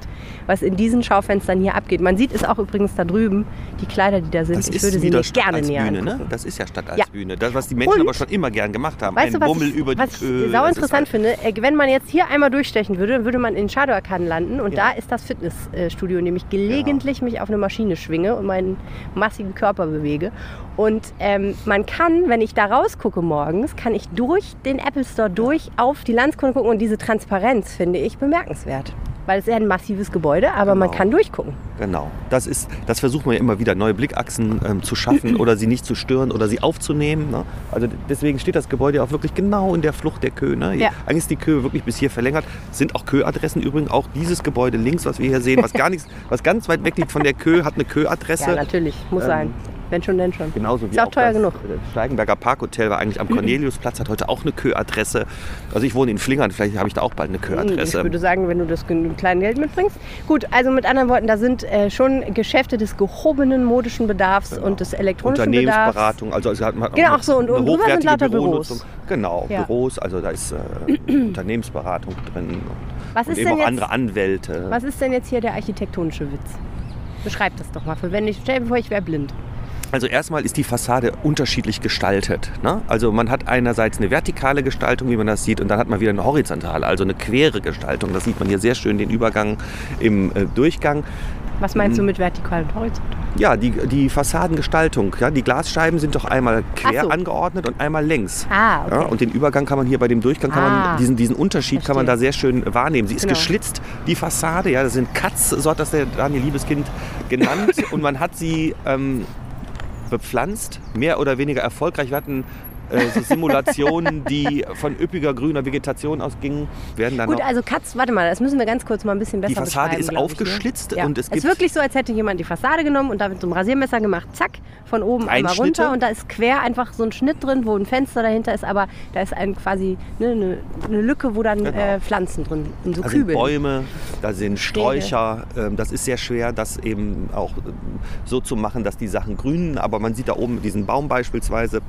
was in diesen Schaufenstern hier abgeht. Man sieht es auch übrigens da drüben, die Kleider, die da sind. Das ich ist würde sie mir Stadt gerne als näher Bühne, angucken. ne? Das ist ja Stadt als Ja. Bühne. Das, was die Menschen Und, aber schon immer gern gemacht haben. Weißt Ein du, was Bummel ich, über die was Kö. ich sau das ist interessant halt- finde? Äh, Wenn man jetzt hier einmal durchstechen würde, dann würde man in Shadow Arcade landen und Ja. da ist das Fitnessstudio, in dem ich gelegentlich mich auf eine Maschine schwinge und meinen massigen Körper bewege. Und ähm, man kann, wenn ich da rausgucke morgens, kann ich durch den Apple Store durch auf die Landskunde gucken und diese Transparenz finde ich bemerkenswert. Weil es ist ja ein massives Gebäude, aber man Genau. kann durchgucken. Genau. Das, ist, das versucht man ja immer wieder, neue Blickachsen ähm, zu schaffen oder sie nicht zu stören oder sie aufzunehmen. Ne? Also deswegen steht das Gebäude auch wirklich genau in der Flucht der Kö. Ne? Ja. Eigentlich ist die Kö wirklich bis hier verlängert. Sind auch Kö-Adressen übrigens. Auch dieses Gebäude links, was wir hier sehen, was gar nichts, was ganz weit weg liegt von der Kö, hat eine Kö-Adresse. Ja, natürlich. Muss Ähm, sein. Wenn schon, denn schon. Genauso wie Ist auch auch teuer das genug. Steigenberger Parkhotel war eigentlich am Corneliusplatz, hat heute auch eine Kö-Adresse. Also ich wohne in Flingern, vielleicht habe ich da auch bald eine Ich Kö-Adresse. würde sagen, wenn du das genug Kleingeld mitbringst. Gut, also mit anderen Worten, da sind äh, schon Geschäfte des gehobenen modischen Bedarfs Genau. und des elektronischen Bedarfs. Unternehmensberatung, also es hat man Genau, auch ach so, und eine oben drüber sind hochwertige lauter Büronutzung. Büros. Genau, Ja. Büros, also da ist äh, Unternehmensberatung drin und, Was und ist eben denn auch jetzt- andere Anwälte. Was ist denn jetzt hier der architektonische Witz? Beschreib das doch mal. Für wenn ich, stell dir vor, ich wäre blind. Also erstmal ist die Fassade unterschiedlich gestaltet. Ne? Also man hat einerseits eine vertikale Gestaltung, wie man das sieht, und dann hat man wieder eine horizontale, also eine quere Gestaltung. Das sieht man hier sehr schön, den Übergang im äh, Durchgang. Was meinst du mit vertikal und horizontal? Ja, die, die Fassadengestaltung. Ja, die Glasscheiben sind doch einmal quer Ach so. angeordnet und einmal längs. Ah, okay. Ja, und den Übergang kann man hier bei dem Durchgang, kann Ah, man, diesen, diesen Unterschied kann man da verstehe. sehr schön wahrnehmen. Sie ist Genau. geschlitzt, die Fassade. Ja, das sind Cuts, so hat das der Daniel Liebeskind genannt. Und man hat sie ähm, bepflanzt, mehr oder weniger erfolgreich. Wir hatten äh, so Simulationen, die von üppiger grüner Vegetation ausgingen, werden dann Gut, noch... also Katz, warte mal, das müssen wir ganz kurz mal ein bisschen besser Die Fassade beschreiben, ist glaub ich, ne? aufgeschlitzt Ja. und es Es gibt- ist wirklich so, als hätte jemand die Fassade genommen und da mit so einem Rasiermesser gemacht, zack, von oben einmal Einschnitte. runter und da ist quer einfach so ein Schnitt drin, wo ein Fenster dahinter ist, aber da ist ein quasi ne, eine, eine Lücke, wo dann Genau. äh, Pflanzen drin, in so Da sind Kübeln. Bäume, da sind Sträucher. Ähm, das ist sehr schwer, das eben auch ähm, so zu machen, dass die Sachen grünen. Aber man sieht da oben diesen Baum beispielsweise.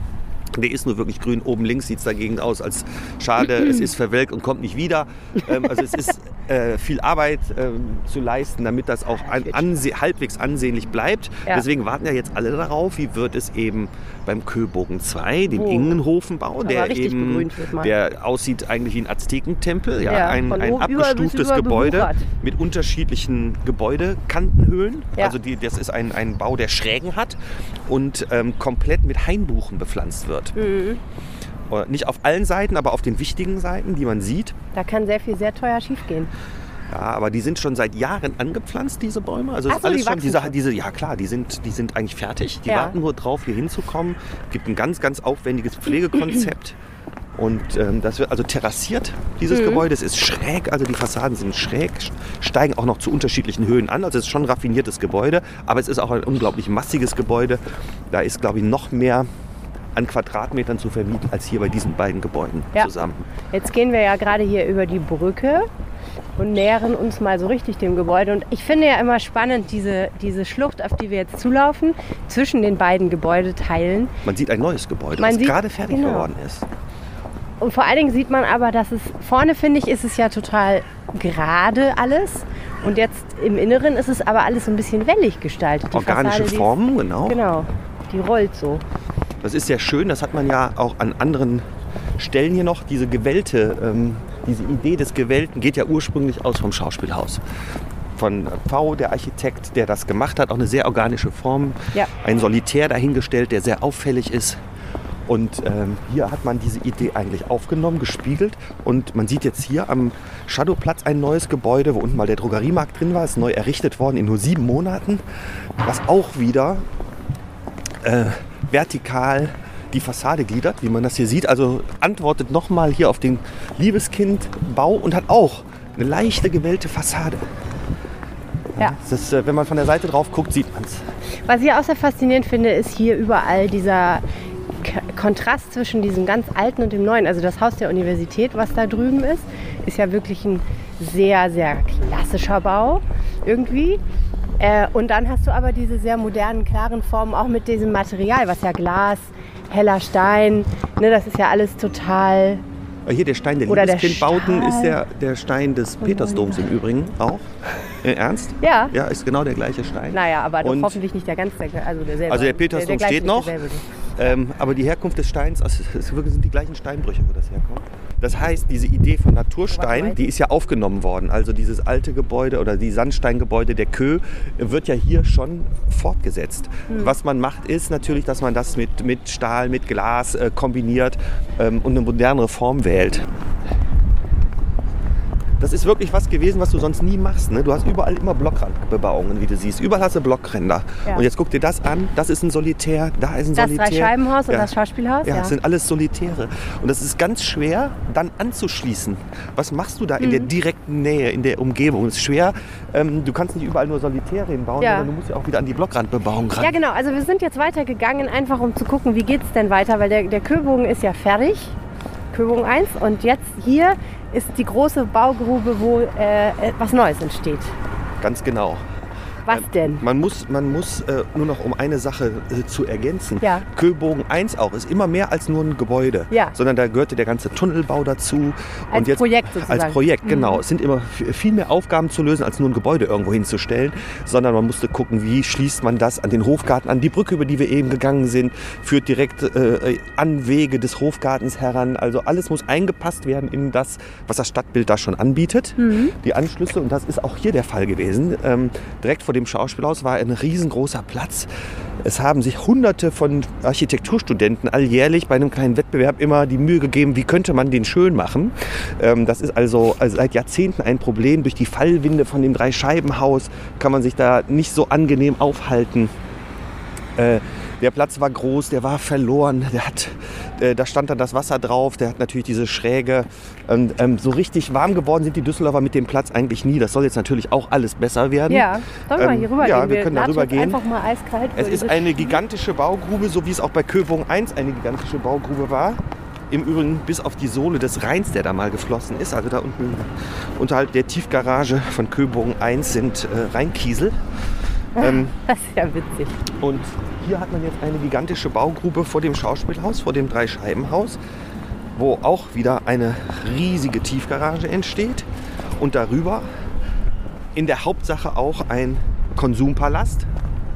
Der ist nur wirklich grün. Oben links sieht es dagegen aus, als schade, es ist verwelkt und kommt nicht wieder. Ähm, also es ist äh, viel Arbeit ähm, zu leisten, damit das auch an, anse halbwegs ansehnlich bleibt. Ja. Deswegen warten ja jetzt alle darauf, wie wird es eben beim Köbogen zwei, dem Oh. Ingenhofenbau, Aber der richtig eben, begrünt wird mal. der aussieht eigentlich wie ein Aztekentempel, ja, Ja, ein, von ein oben überall bis abgestuftes überall Gebäude bewuchert. mit unterschiedlichen Gebäudekantenhöhen. Ja. Also die, das ist ein, ein Bau, der Schrägen hat und ähm, komplett mit Hainbuchen bepflanzt wird. Mhm. Oder nicht auf allen Seiten, aber auf den wichtigen Seiten, die man sieht. Da kann sehr viel sehr teuer schief gehen. Ja, aber die sind schon seit Jahren angepflanzt, diese Bäume. Also Ach ist so, alles die schon, wachsen diese, schon. diese, ja klar, die sind, die sind eigentlich fertig. Die Ja. warten nur drauf, hier hinzukommen. Es gibt ein ganz, ganz aufwendiges Pflegekonzept. Und ähm, das wird also terrassiert, dieses Mhm. Gebäude. Es ist schräg, also die Fassaden sind schräg, steigen auch noch zu unterschiedlichen Höhen an. Also es ist schon ein raffiniertes Gebäude, aber es ist auch ein unglaublich massiges Gebäude. Da ist, glaube ich, noch mehr an Quadratmetern zu vermieten als hier bei diesen beiden Gebäuden Ja. zusammen. Jetzt gehen wir ja gerade hier über die Brücke und nähern uns mal so richtig dem Gebäude. Und ich finde ja immer spannend, diese, diese Schlucht, auf die wir jetzt zulaufen, zwischen den beiden Gebäudeteilen. Man sieht ein neues Gebäude, Man was sieht- gerade fertig genau. geworden ist. Und vor allen Dingen sieht man aber, dass es vorne, finde ich, ist es ja total gerade alles. Und jetzt im Inneren ist es aber alles so ein bisschen wellig gestaltet. Die Organische Fassade, die ist- Formen, genau. Genau, die rollt so. Das ist sehr schön, das hat man ja auch an anderen Stellen hier noch. Diese Gewellte, ähm, diese Idee des Gewellten geht ja ursprünglich aus vom Schauspielhaus. Von Pfau, der Architekt, der das gemacht hat, auch eine sehr organische Form. Ja. Ein Solitär dahingestellt, der sehr auffällig ist. Und ähm, hier hat man diese Idee eigentlich aufgenommen, gespiegelt. Und man sieht jetzt hier am Shadowplatz ein neues Gebäude, wo unten mal der Drogeriemarkt drin war. Ist neu errichtet worden in nur sieben Monaten. Was auch wieder äh, vertikal die Fassade gliedert, wie man das hier sieht. Also antwortet nochmal hier auf den Liebeskind-Bau und hat auch eine leichte gewellte Fassade. Ja. Das ist, äh, wenn man von der Seite drauf guckt, sieht man es. Was ich auch sehr faszinierend finde, ist hier überall dieser K Kontrast zwischen diesem ganz alten und dem neuen. Also das Haus der Universität, was da drüben ist, ist ja wirklich ein sehr, sehr klassischer Bau irgendwie. Äh, und dann hast du aber diese sehr modernen, klaren Formen auch mit diesem Material, was ja Glas, heller Stein, ne, das ist ja alles total Hier der Stein der Oder der Liebeskindbauten Stahl. ist der, der Stein des Petersdoms im Übrigen auch. Äh, Ernst? Ja. Ja, ist genau der gleiche Stein. Naja, aber doch Und- hoffentlich nicht der ganz, der, also derselbe. Also der Petersdom der, der gleiche, steht noch. nicht derselbe. Ähm, aber die Herkunft des Steins, also es wirklich sind die gleichen Steinbrüche, wo das herkommt. Das heißt, diese Idee von Naturstein, die ist ja aufgenommen worden. Also dieses alte Gebäude oder die Sandsteingebäude der Kö wird ja hier schon fortgesetzt. Hm. Was man macht, ist natürlich, dass man das mit, mit Stahl, mit Glas äh, kombiniert ähm, und eine modernere Form wählt. Das ist wirklich was gewesen, was du sonst nie machst. Ne? Du hast überall immer Blockrandbebauungen, wie du siehst. Überall hast du Blockränder. Ja. Und jetzt guck dir das an. Das ist ein Solitär, da ist ein Das Solitär. Dreischeibenhaus und Ja. das Schauspielhaus? Ja, Ja. das sind alles Solitäre. Und das ist ganz schwer, dann anzuschließen. Was machst du da in der Mhm. direkten Nähe, in der Umgebung? Es ist schwer. Ähm, du kannst nicht überall nur Solitäre hinbauen, Ja. sondern du musst ja auch wieder an die Blockrandbebauung ran. Ja, genau. Also wir sind jetzt weitergegangen, einfach um zu gucken, wie geht es denn weiter, weil der, der Köbogen ist ja fertig. Köbogen eins. Und jetzt hier ist die große Baugrube, wo äh, was Neues entsteht. Ganz genau. Was denn? Man muss, man muss äh, nur noch, um eine Sache äh, zu ergänzen, Ja. Köbogen eins auch ist immer mehr als nur ein Gebäude, Ja. sondern da gehörte der ganze Tunnelbau dazu. Als und jetzt, Projekt sozusagen. Als Projekt, Mhm. genau. Es sind immer f- viel mehr Aufgaben zu lösen, als nur ein Gebäude irgendwo hinzustellen, sondern man musste gucken, wie schließt man das an den Hofgarten an. Die Brücke, über die wir eben gegangen sind, führt direkt äh, an Wege des Hofgartens heran. Also alles muss eingepasst werden in das, was das Stadtbild da schon anbietet. Mhm. Die Anschlüsse, und das ist auch hier der Fall gewesen, ähm, direkt vor dem Schauspielhaus war ein riesengroßer Platz. Es haben sich hunderte von Architekturstudenten alljährlich bei einem kleinen Wettbewerb immer die Mühe gegeben, wie könnte man den schön machen. Ähm, das ist also, also seit Jahrzehnten ein Problem. Durch die Fallwinde von dem Dreischeibenhaus kann man sich da nicht so angenehm aufhalten. Äh, der Platz war groß, der war verloren, der hat, äh, da stand dann das Wasser drauf, der hat natürlich diese Schräge. Und, ähm, so richtig warm geworden sind die Düsseldorfer mit dem Platz eigentlich nie. Das soll jetzt natürlich auch alles besser werden. Ja, sollen wir mal hier Ähm, rüber ja, gehen? wir können da latschen rüber jetzt gehen. einfach mal eiskalt. Es über ist diese eine gigantische Baugrube, so wie es auch bei Köbogen eins eine gigantische Baugrube war. Im Übrigen bis auf die Sohle des Rheins, der da mal geflossen ist. Also da unten unterhalb der Tiefgarage von Köbogen eins sind äh, Rheinkiesel. Ähm, Das ist ja witzig. und hier hat man jetzt eine gigantische Baugrube vor dem Schauspielhaus, vor dem Dreischeibenhaus, wo auch wieder eine riesige Tiefgarage entsteht. Und darüber in der Hauptsache auch ein Konsumpalast.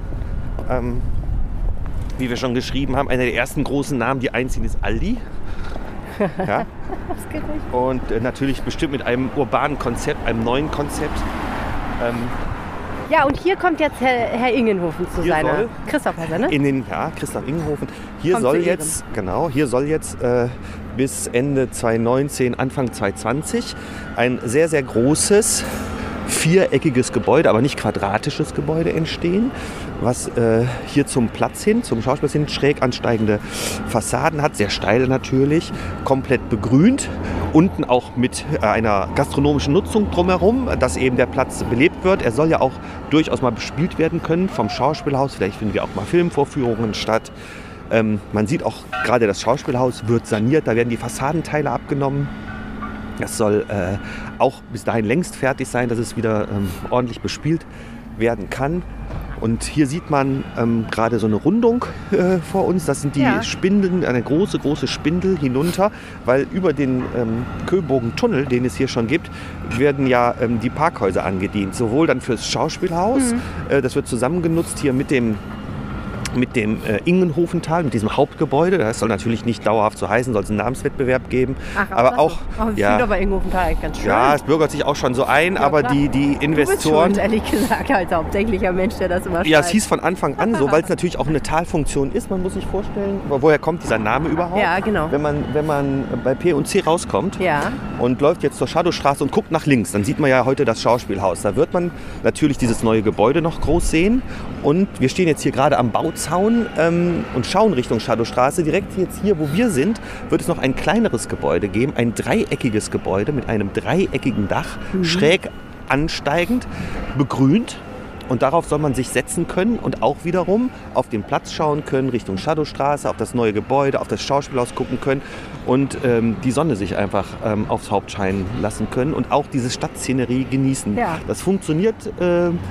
Ähm, wie wir schon geschrieben haben, einer der ersten großen Namen, die einziehen, ist Aldi. Ja. Das geht nicht. Und äh, natürlich bestimmt mit einem urbanen Konzept, einem neuen Konzept. Ähm, Ja, und hier kommt jetzt Herr, Herr Ingenhofen zu Hier seiner. soll- Christoph heißt er, ne? In den, ja, Christoph Ingenhofen. Hier Kommt soll zu Ehren. jetzt, genau, hier soll jetzt äh, bis Ende zwanzig neunzehn, Anfang zwanzig zwanzig ein sehr, sehr großes, viereckiges Gebäude, aber nicht quadratisches Gebäude entstehen, was äh, hier zum Platz hin, zum Schauspielplatz hin, schräg ansteigende Fassaden hat, sehr steil natürlich, komplett begrünt. Unten auch mit äh, einer gastronomischen Nutzung drumherum, dass eben der Platz belebt wird. Er soll ja auch durchaus mal bespielt werden können vom Schauspielhaus. Vielleicht finden wir auch mal Filmvorführungen statt. Ähm, man sieht auch gerade, das Schauspielhaus wird saniert. Da werden die Fassadenteile abgenommen. Das soll äh, auch bis dahin längst fertig sein, dass es wieder ähm, ordentlich bespielt werden kann. Und hier sieht man ähm, gerade so eine Rundung äh, vor uns. Das sind die Ja. Spindeln, eine große, große Spindel hinunter, weil über den ähm, Köbogen-Tunnel, den es hier schon gibt, werden ja ähm, die Parkhäuser angedient. Sowohl dann fürs Schauspielhaus, Mhm. äh, das wird zusammengenutzt hier mit dem mit dem äh, Ingenhofental, mit diesem Hauptgebäude. Das soll natürlich nicht dauerhaft so heißen, soll es einen Namenswettbewerb geben. Ach, aber ach auch, so. Aber ich ja, finde aber Ingenhofenthal eigentlich ganz schön. ja, es bürgert sich auch schon so ein, Ja, aber klar. die, die Du bist Investoren... schuld, ehrlich gesagt, als hauptsächlicher Mensch, der das immer Ja, es schreibt. hieß von Anfang an so, weil es natürlich auch eine Talfunktion ist. Man muss sich vorstellen, wo- woher kommt dieser Name überhaupt? Ja, genau. Wenn man, wenn man bei P und C rauskommt Ja. und läuft jetzt zur Shadowstraße und guckt nach links, dann sieht man ja heute das Schauspielhaus. Da wird man natürlich dieses neue Gebäude noch groß sehen. Und wir stehen jetzt hier gerade am Bauzaun ähm, und schauen Richtung Shadowstraße. Direkt jetzt hier, wo wir sind, wird es noch ein kleineres Gebäude geben. Ein dreieckiges Gebäude mit einem dreieckigen Dach, schräg ansteigend, begrünt. Und darauf soll man sich setzen können und auch wiederum auf den Platz schauen können, Richtung Shadowstraße, auf das neue Gebäude, auf das Schauspielhaus gucken können und ähm, die Sonne sich einfach ähm, aufs Haupt scheinen lassen können und auch diese Stadtszenerie genießen. Ja. Das funktioniert äh,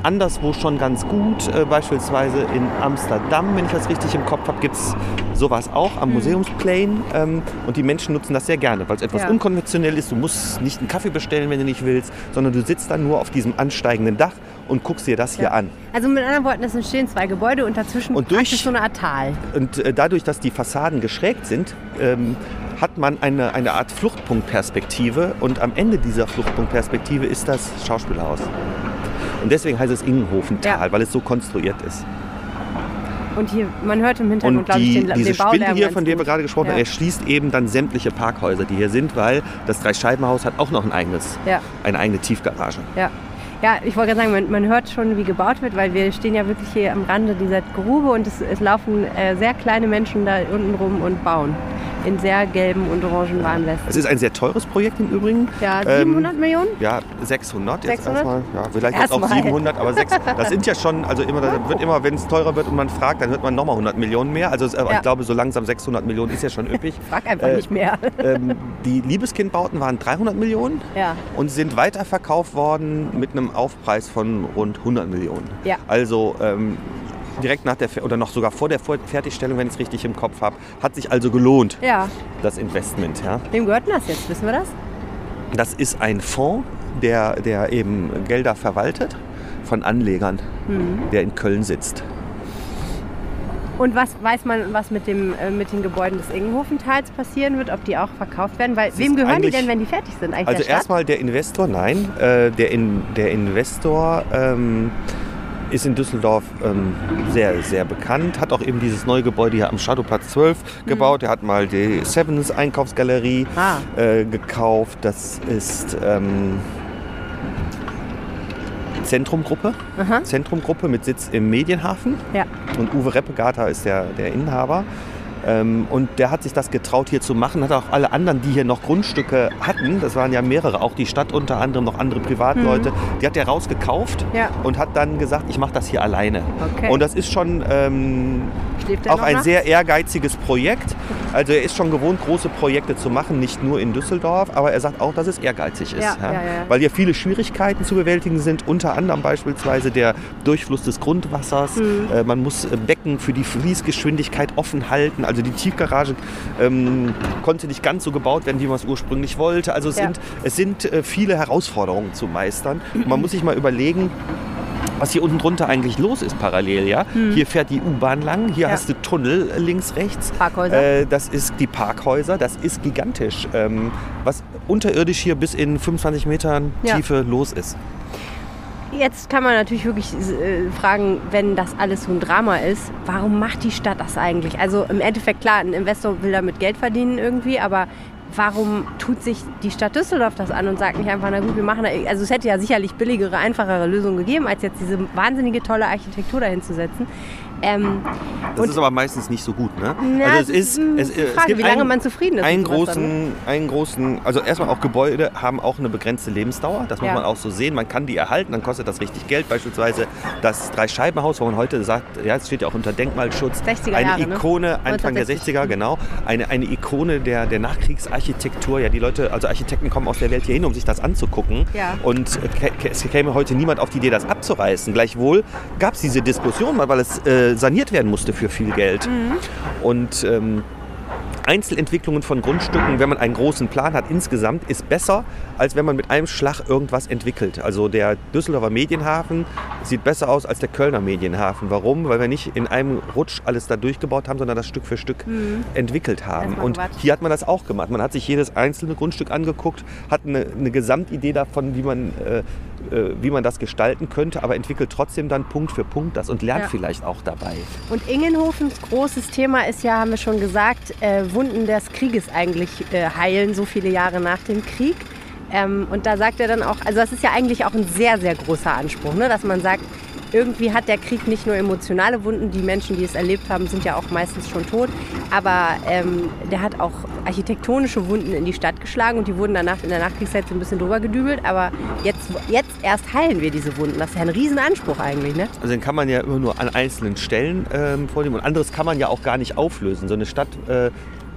anderswo schon ganz gut. Äh, beispielsweise in Amsterdam, wenn ich das richtig im Kopf habe, gibt es sowas auch am Museumsplane. Ähm, und die Menschen nutzen das sehr gerne, weil es etwas Ja. unkonventionell ist. Du musst nicht einen Kaffee bestellen, wenn du nicht willst, sondern du sitzt dann nur auf diesem ansteigenden Dach und guckst dir das hier Ja. an. Also mit anderen Worten, es entstehen zwei Gebäude und dazwischen Und durch- praktisch so eine Art Tal. Und äh, dadurch, dass die Fassaden geschrägt sind, ähm, hat man eine, eine Art Fluchtpunktperspektive. Und am Ende dieser Fluchtpunktperspektive ist das Schauspielhaus. Und deswegen heißt es Ingenhofental, Ja. weil es so konstruiert ist. Und hier, man hört im Hintergrund, Und glaube ich, die, den, diese den Baulärm Spinde hier, ganz von der wir gut. gerade gesprochen haben, Ja. erschließt eben dann sämtliche Parkhäuser, die hier sind, weil das Dreischeibenhaus hat auch noch ein eigenes, Ja. eine eigene Tiefgarage. Ja. Ja, ich wollte gerade sagen, man, man hört schon, wie gebaut wird, weil wir stehen ja wirklich hier am Rande dieser Grube und es, es laufen äh, sehr kleine Menschen da unten rum und bauen in sehr gelben und orangen Warnwesten. Es ist ein sehr teures Projekt im Übrigen. Ja, Ähm, siebenhundert Millionen? Ja, sechshundert jetzt sechshundert? erstmal. Ja, vielleicht jetzt auch Erstmal. siebenhundert, aber sechs, das sind ja schon, also immer, das wird immer, wenn es teurer wird und man fragt, dann hört man nochmal hundert Millionen mehr. Also es- Ja. ich glaube, so langsam sechshundert Millionen ist ja schon üppig. Frag einfach Äh, nicht mehr. ähm, die Liebeskindbauten waren dreihundert Millionen Ja. und sind weiterverkauft worden mit einem Aufpreis von rund hundert Millionen. Ja. Also ähm, direkt nach der, Fer- oder noch sogar vor der Vor- Fertigstellung, wenn ich es richtig im Kopf habe, hat sich also gelohnt, Ja. das Investment. Ja. Wem gehört denn das jetzt? Wissen wir das? Das ist ein Fonds, der, der eben Gelder verwaltet von Anlegern, Mhm. der in Köln sitzt. Und was weiß man, was mit, dem, äh, mit den Gebäuden des Ingenhofentals passieren wird, ob die auch verkauft werden? Weil Es wem ist gehören die eigentlich- denn, wenn die fertig sind? Eigentlich Also der Stadt? erstmal der Investor, nein, äh, der, in, der Investor ähm, ist in Düsseldorf ähm, sehr, sehr bekannt, hat auch eben dieses neue Gebäude hier am Shadowplatz zwölf gebaut. Er hat mal die Sevens Einkaufsgalerie Ah. äh, gekauft. Das ist ähm, Zentrumgruppe, Aha. Zentrumgruppe mit Sitz im Medienhafen. Ja. Und Uwe Reppegata ist der, der Inhaber. Ähm, und der hat sich das getraut hier zu machen, hat auch alle anderen, die hier noch Grundstücke hatten, das waren ja mehrere, auch die Stadt unter anderem, noch andere Privatleute, die hat er rausgekauft Ja. und hat dann gesagt, ich mache das hier alleine. Okay. Und das ist schon ähm, Schläft er auch noch ein nachts? sehr ehrgeiziges Projekt. Also er ist schon gewohnt, große Projekte zu machen, nicht nur in Düsseldorf, aber er sagt auch, dass es ehrgeizig ist. Ja, ja, ja. Weil hier viele Schwierigkeiten zu bewältigen sind, unter anderem beispielsweise der Durchfluss des Grundwassers. Mhm. Äh, man muss äh, Becken für die Fließgeschwindigkeit offen halten. Also die Tiefgarage ähm, konnte nicht ganz so gebaut werden, wie man es ursprünglich wollte. Also es Ja. sind, es sind äh, viele Herausforderungen zu meistern. Und man muss sich mal überlegen, was hier unten drunter eigentlich los ist parallel. Ja? Hier fährt die U-Bahn lang, hier Mhm. Ja. hast du Tunnel äh, links, rechts. Parkhäuser. Äh, das ist die Parkhäuser, das ist gigantisch. Ähm, was unterirdisch hier bis in fünfundzwanzig Metern Ja. Tiefe los ist. Jetzt kann man natürlich wirklich äh, fragen, wenn das alles so ein Drama ist, warum macht die Stadt das eigentlich? Also im Endeffekt, klar, ein Investor will damit Geld verdienen irgendwie, aber warum tut sich die Stadt Düsseldorf das an und sagt nicht einfach, na gut, wir machen da, also es hätte ja sicherlich billigere, einfachere Lösungen gegeben, als jetzt diese wahnsinnige tolle Architektur dahin zu setzen. Ähm, Das und- ist aber meistens nicht so gut. Ne? Na, also es es ist, ist es, die es Frage, gibt wie lange einen, man zufrieden ist Einen mit sowas dann, großen, einen großen, also erstmal auch Gebäude haben auch eine begrenzte Lebensdauer. Das muss Ja. man auch so sehen. Man kann die erhalten, dann kostet das richtig Geld. Beispielsweise das Dreischeibenhaus, wo man heute sagt, ja, es steht ja auch unter Denkmalschutz. sechziger Eine Jahre, ne? Ikone, Anfang der neunzehnhundertsechzig. sechziger, genau. Eine, eine Ikone der, der Nachkriegsarchitektur. Ja, die Leute, also Architekten kommen aus der Welt hier hin, um sich das anzugucken. Ja. Und äh, kä- es käme heute niemand auf die Idee, das abzureißen. Gleichwohl gab es diese Diskussion mal, weil es äh, saniert werden musste für viel Geld. Und ähm, Einzelentwicklungen von Grundstücken, wenn man einen großen Plan hat insgesamt, ist besser, als wenn man mit einem Schlag irgendwas entwickelt. Also der Düsseldorfer Medienhafen sieht besser aus als der Kölner Medienhafen. Warum? Weil wir nicht in einem Rutsch alles da durchgebaut haben, sondern das Stück für Stück entwickelt haben. Erstmal Und gewartet. hier hat man das auch gemacht. Man hat sich jedes einzelne Grundstück angeguckt, hat eine, eine Gesamtidee davon, wie man, äh, äh, wie man das gestalten könnte, aber entwickelt trotzdem dann Punkt für Punkt das und lernt Ja. vielleicht auch dabei. Und Ingenhofens großes Thema ist ja, haben wir schon gesagt, äh, Wunden des Krieges eigentlich äh, heilen, so viele Jahre nach dem Krieg. Ähm, und da sagt er dann auch, also das ist ja eigentlich auch ein sehr, sehr großer Anspruch, ne? Dass man sagt, irgendwie hat der Krieg nicht nur emotionale Wunden, die Menschen, die es erlebt haben, sind ja auch meistens schon tot, aber ähm, der hat auch architektonische Wunden in die Stadt geschlagen und die wurden danach in der Nachkriegszeit so ein bisschen drüber gedübelt, aber jetzt, jetzt erst heilen wir diese Wunden. Das ist ja ein Riesenanspruch eigentlich, ne? Also den kann man ja immer nur an einzelnen Stellen ähm, vornehmen und anderes kann man ja auch gar nicht auflösen. So eine Stadt äh,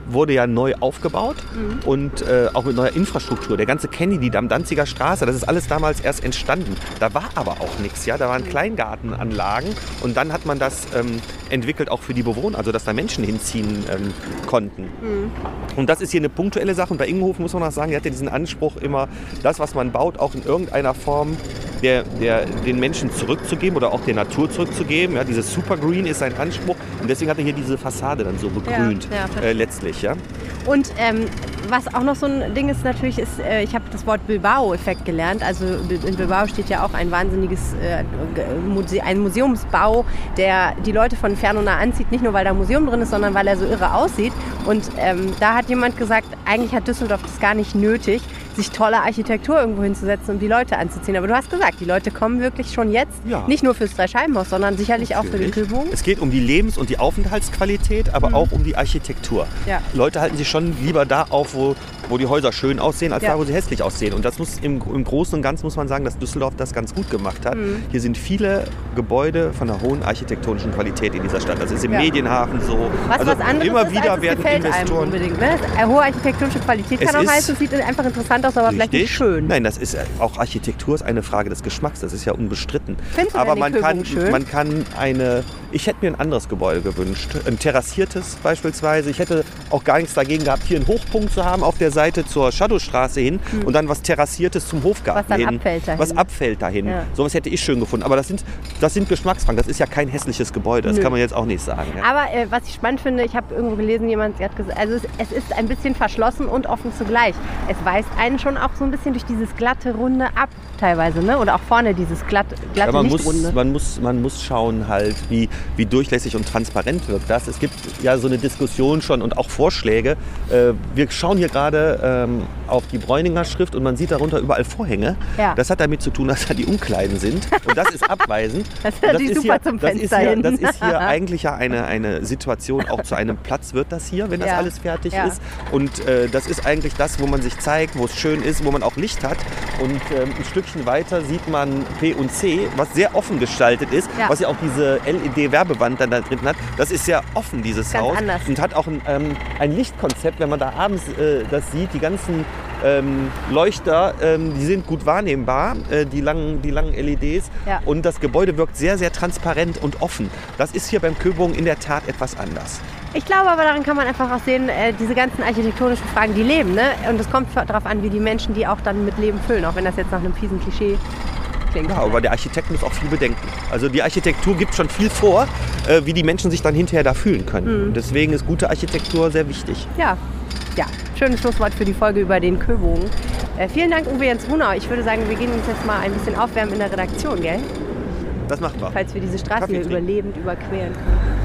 wurde ja neu aufgebaut mhm. und äh, auch mit neuer Infrastruktur. Der ganze Kennedy-Damm, Danziger Straße, das ist alles damals erst entstanden. Da war aber auch nichts, ja. Da waren Kleingartenanlagen und dann hat man das ähm, entwickelt auch für die Bewohner, also dass da Menschen hinziehen ähm, konnten. Mhm. Und das ist hier eine punktuelle Sache. Und bei Ingenhofen muss man auch sagen, die hat ja diesen Anspruch immer, das, was man baut, auch in irgendeiner Form der, der, den Menschen zurückzugeben oder auch der Natur zurückzugeben. Ja, dieses Supergreen ist sein Anspruch und deswegen hat er hier diese Fassade dann so begrünt, ja, ja, äh, letztlich. Ja. Und ähm, was auch noch so ein Ding ist natürlich, ist, äh, ich habe das Wort Bilbao-Effekt gelernt. Also in Bilbao steht ja auch ein wahnsinniges äh, Muse- ein Museumsbau, der die Leute von fern und nah anzieht. Nicht nur, weil da ein Museum drin ist, sondern weil er so irre aussieht. Und ähm, da hat jemand gesagt, eigentlich hat Düsseldorf das gar nicht nötig, sich tolle Architektur irgendwo hinzusetzen, um die Leute anzuziehen. Aber du hast gesagt, die Leute kommen wirklich schon jetzt, ja. nicht nur fürs Dreischeibenhaus, sondern sicherlich Natürlich. auch für den Köbogen. Es geht um die Lebens- und die Aufenthaltsqualität, aber mhm. auch um die Architektur. Ja. Leute halten sich schon lieber da auf, wo, wo die Häuser schön aussehen, als ja. da, wo sie hässlich aussehen. Und das muss im, im Großen und Ganzen muss man sagen, dass Düsseldorf das ganz gut gemacht hat. Mhm. Hier sind viele Gebäude von einer hohen architektonischen Qualität in dieser Stadt. Das ist im ja. Medienhafen so. Was, also was anderes immer ist, wieder als werden Investoren. Unbedingt, ne? Hohe architektonische Qualität kann es auch heißen, es sieht einfach interessant aus, aber richtig. vielleicht nicht schön. Nein, das ist auch Architektur ist eine Frage des Geschmacks, das ist ja unbestritten. Findest du aber denn man die kann, schön? man kann eine, ich hätte mir ein anderes Gebäude gewünscht, ein terrassiertes beispielsweise. Ich hätte auch gar nichts dagegen gehabt, hier einen Hochpunkt zu haben auf der Seite zur Shadowstraße hin hm. und dann was terrassiertes zum Hofgarten was dann hin. Abfällt dahin. Was abfällt dahin. Ja. Sowas hätte ich schön gefunden. Aber das sind, das sind Geschmacksfragen. Das ist ja kein hässliches Gebäude. Das Nö. kann man jetzt auch nicht sagen. Ja. Aber äh, was ich spannend finde, ich habe irgendwo gelesen, jemand hat gesagt, also es, es ist ein bisschen verschlossen und offen zugleich. Es weist einen schon auch so ein bisschen durch dieses glatte Runde ab teilweise, ne? Oder auch vorne dieses glatt, glatte ja, man Lichtrunde. Muss, man, muss, man muss schauen halt, wie, wie durchlässig und transparent wirkt das. Es gibt ja so eine Diskussion schon und auch Vorschläge. Äh, wir schauen hier gerade ähm, auf die Bräuninger Schrift und man sieht darunter überall Vorhänge. Ja. Das hat damit zu tun, dass da die Umkleiden sind und das ist abweisend. Das ist natürlich super hier, zum Fenster das hin. Das ist hier eigentlich ja eine, eine Situation, auch zu einem Platz wird das hier, wenn das ja. alles fertig ja. ist. Und äh, das ist eigentlich das, wo man sich zeigt, wo es schön ist, wo man auch Licht hat. Und ähm, ein Stückchen weiter sieht man P und C, was sehr offen gestaltet ist, ja. was ja auch diese L E D-Werbewand dann da drin hat. Das ist sehr offen, dieses Ganz Haus. Anders. Und hat auch ein, ähm, ein Lichtkonzept, wenn man da abends äh, das sieht, die ganzen ähm, Leuchter, ähm, die sind gut wahrnehmbar, äh, die langen, die langen L E Ds. Ja. Und das Gebäude wirkt sehr, sehr transparent und offen. Das ist hier beim Köbogen in der Tat etwas anders. Ich glaube aber, daran kann man einfach auch sehen, äh, diese ganzen architektonischen Fragen, die leben. Ne? Und es kommt darauf an, wie die Menschen die auch dann mit Leben füllen, auch wenn das jetzt nach einem fiesen Klischee klingt. Ja, aber der Architekt muss auch viel bedenken. Also die Architektur gibt schon viel vor, äh, wie die Menschen sich dann hinterher da fühlen können. Mhm. Und deswegen ist gute Architektur sehr wichtig. Ja, ja. Schönes Schlusswort für die Folge über den Köbogen. Äh, vielen Dank, Uwe Jens Runau. Ich würde sagen, wir gehen uns jetzt mal ein bisschen aufwärmen in der Redaktion, gell? Das machen wir. Falls wir diese Straße hier überlebend überqueren können.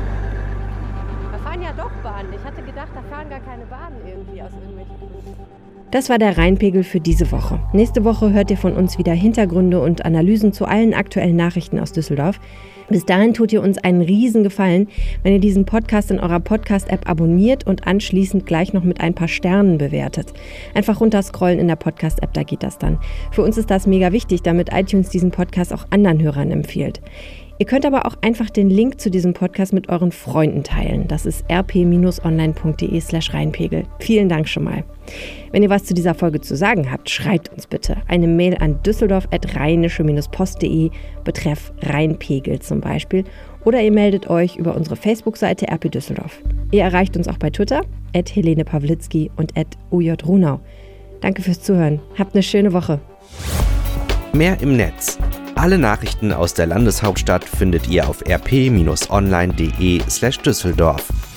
Ja, doch Bahnen. Ich hatte gedacht, da fahren gar keine Bahnen irgendwie aus irgendwelchen Gründen. Das war der Rheinpegel für diese Woche. Nächste Woche hört ihr von uns wieder Hintergründe und Analysen zu allen aktuellen Nachrichten aus Düsseldorf. Bis dahin tut ihr uns einen riesen Gefallen, wenn ihr diesen Podcast in eurer Podcast-App abonniert und anschließend gleich noch mit ein paar Sternen bewertet. Einfach runterscrollen in der Podcast-App, da geht das dann. Für uns ist das mega wichtig, damit iTunes diesen Podcast auch anderen Hörern empfiehlt. Ihr könnt aber auch einfach den Link zu diesem Podcast mit euren Freunden teilen. Das ist rp-online.de slash Rheinpegel. Vielen Dank schon mal. Wenn ihr was zu dieser Folge zu sagen habt, schreibt uns bitte eine Mail an düsseldorf at rheinische post punkt de betreff Rheinpegel zum Beispiel oder ihr meldet euch über unsere Facebook-Seite R P Düsseldorf. Ihr erreicht uns auch bei Twitter at Helene Pawlitzki und at U J Runau. Danke fürs Zuhören. Habt eine schöne Woche. Mehr im Netz. Alle Nachrichten aus der Landeshauptstadt findet ihr auf rp-online.de slash Düsseldorf.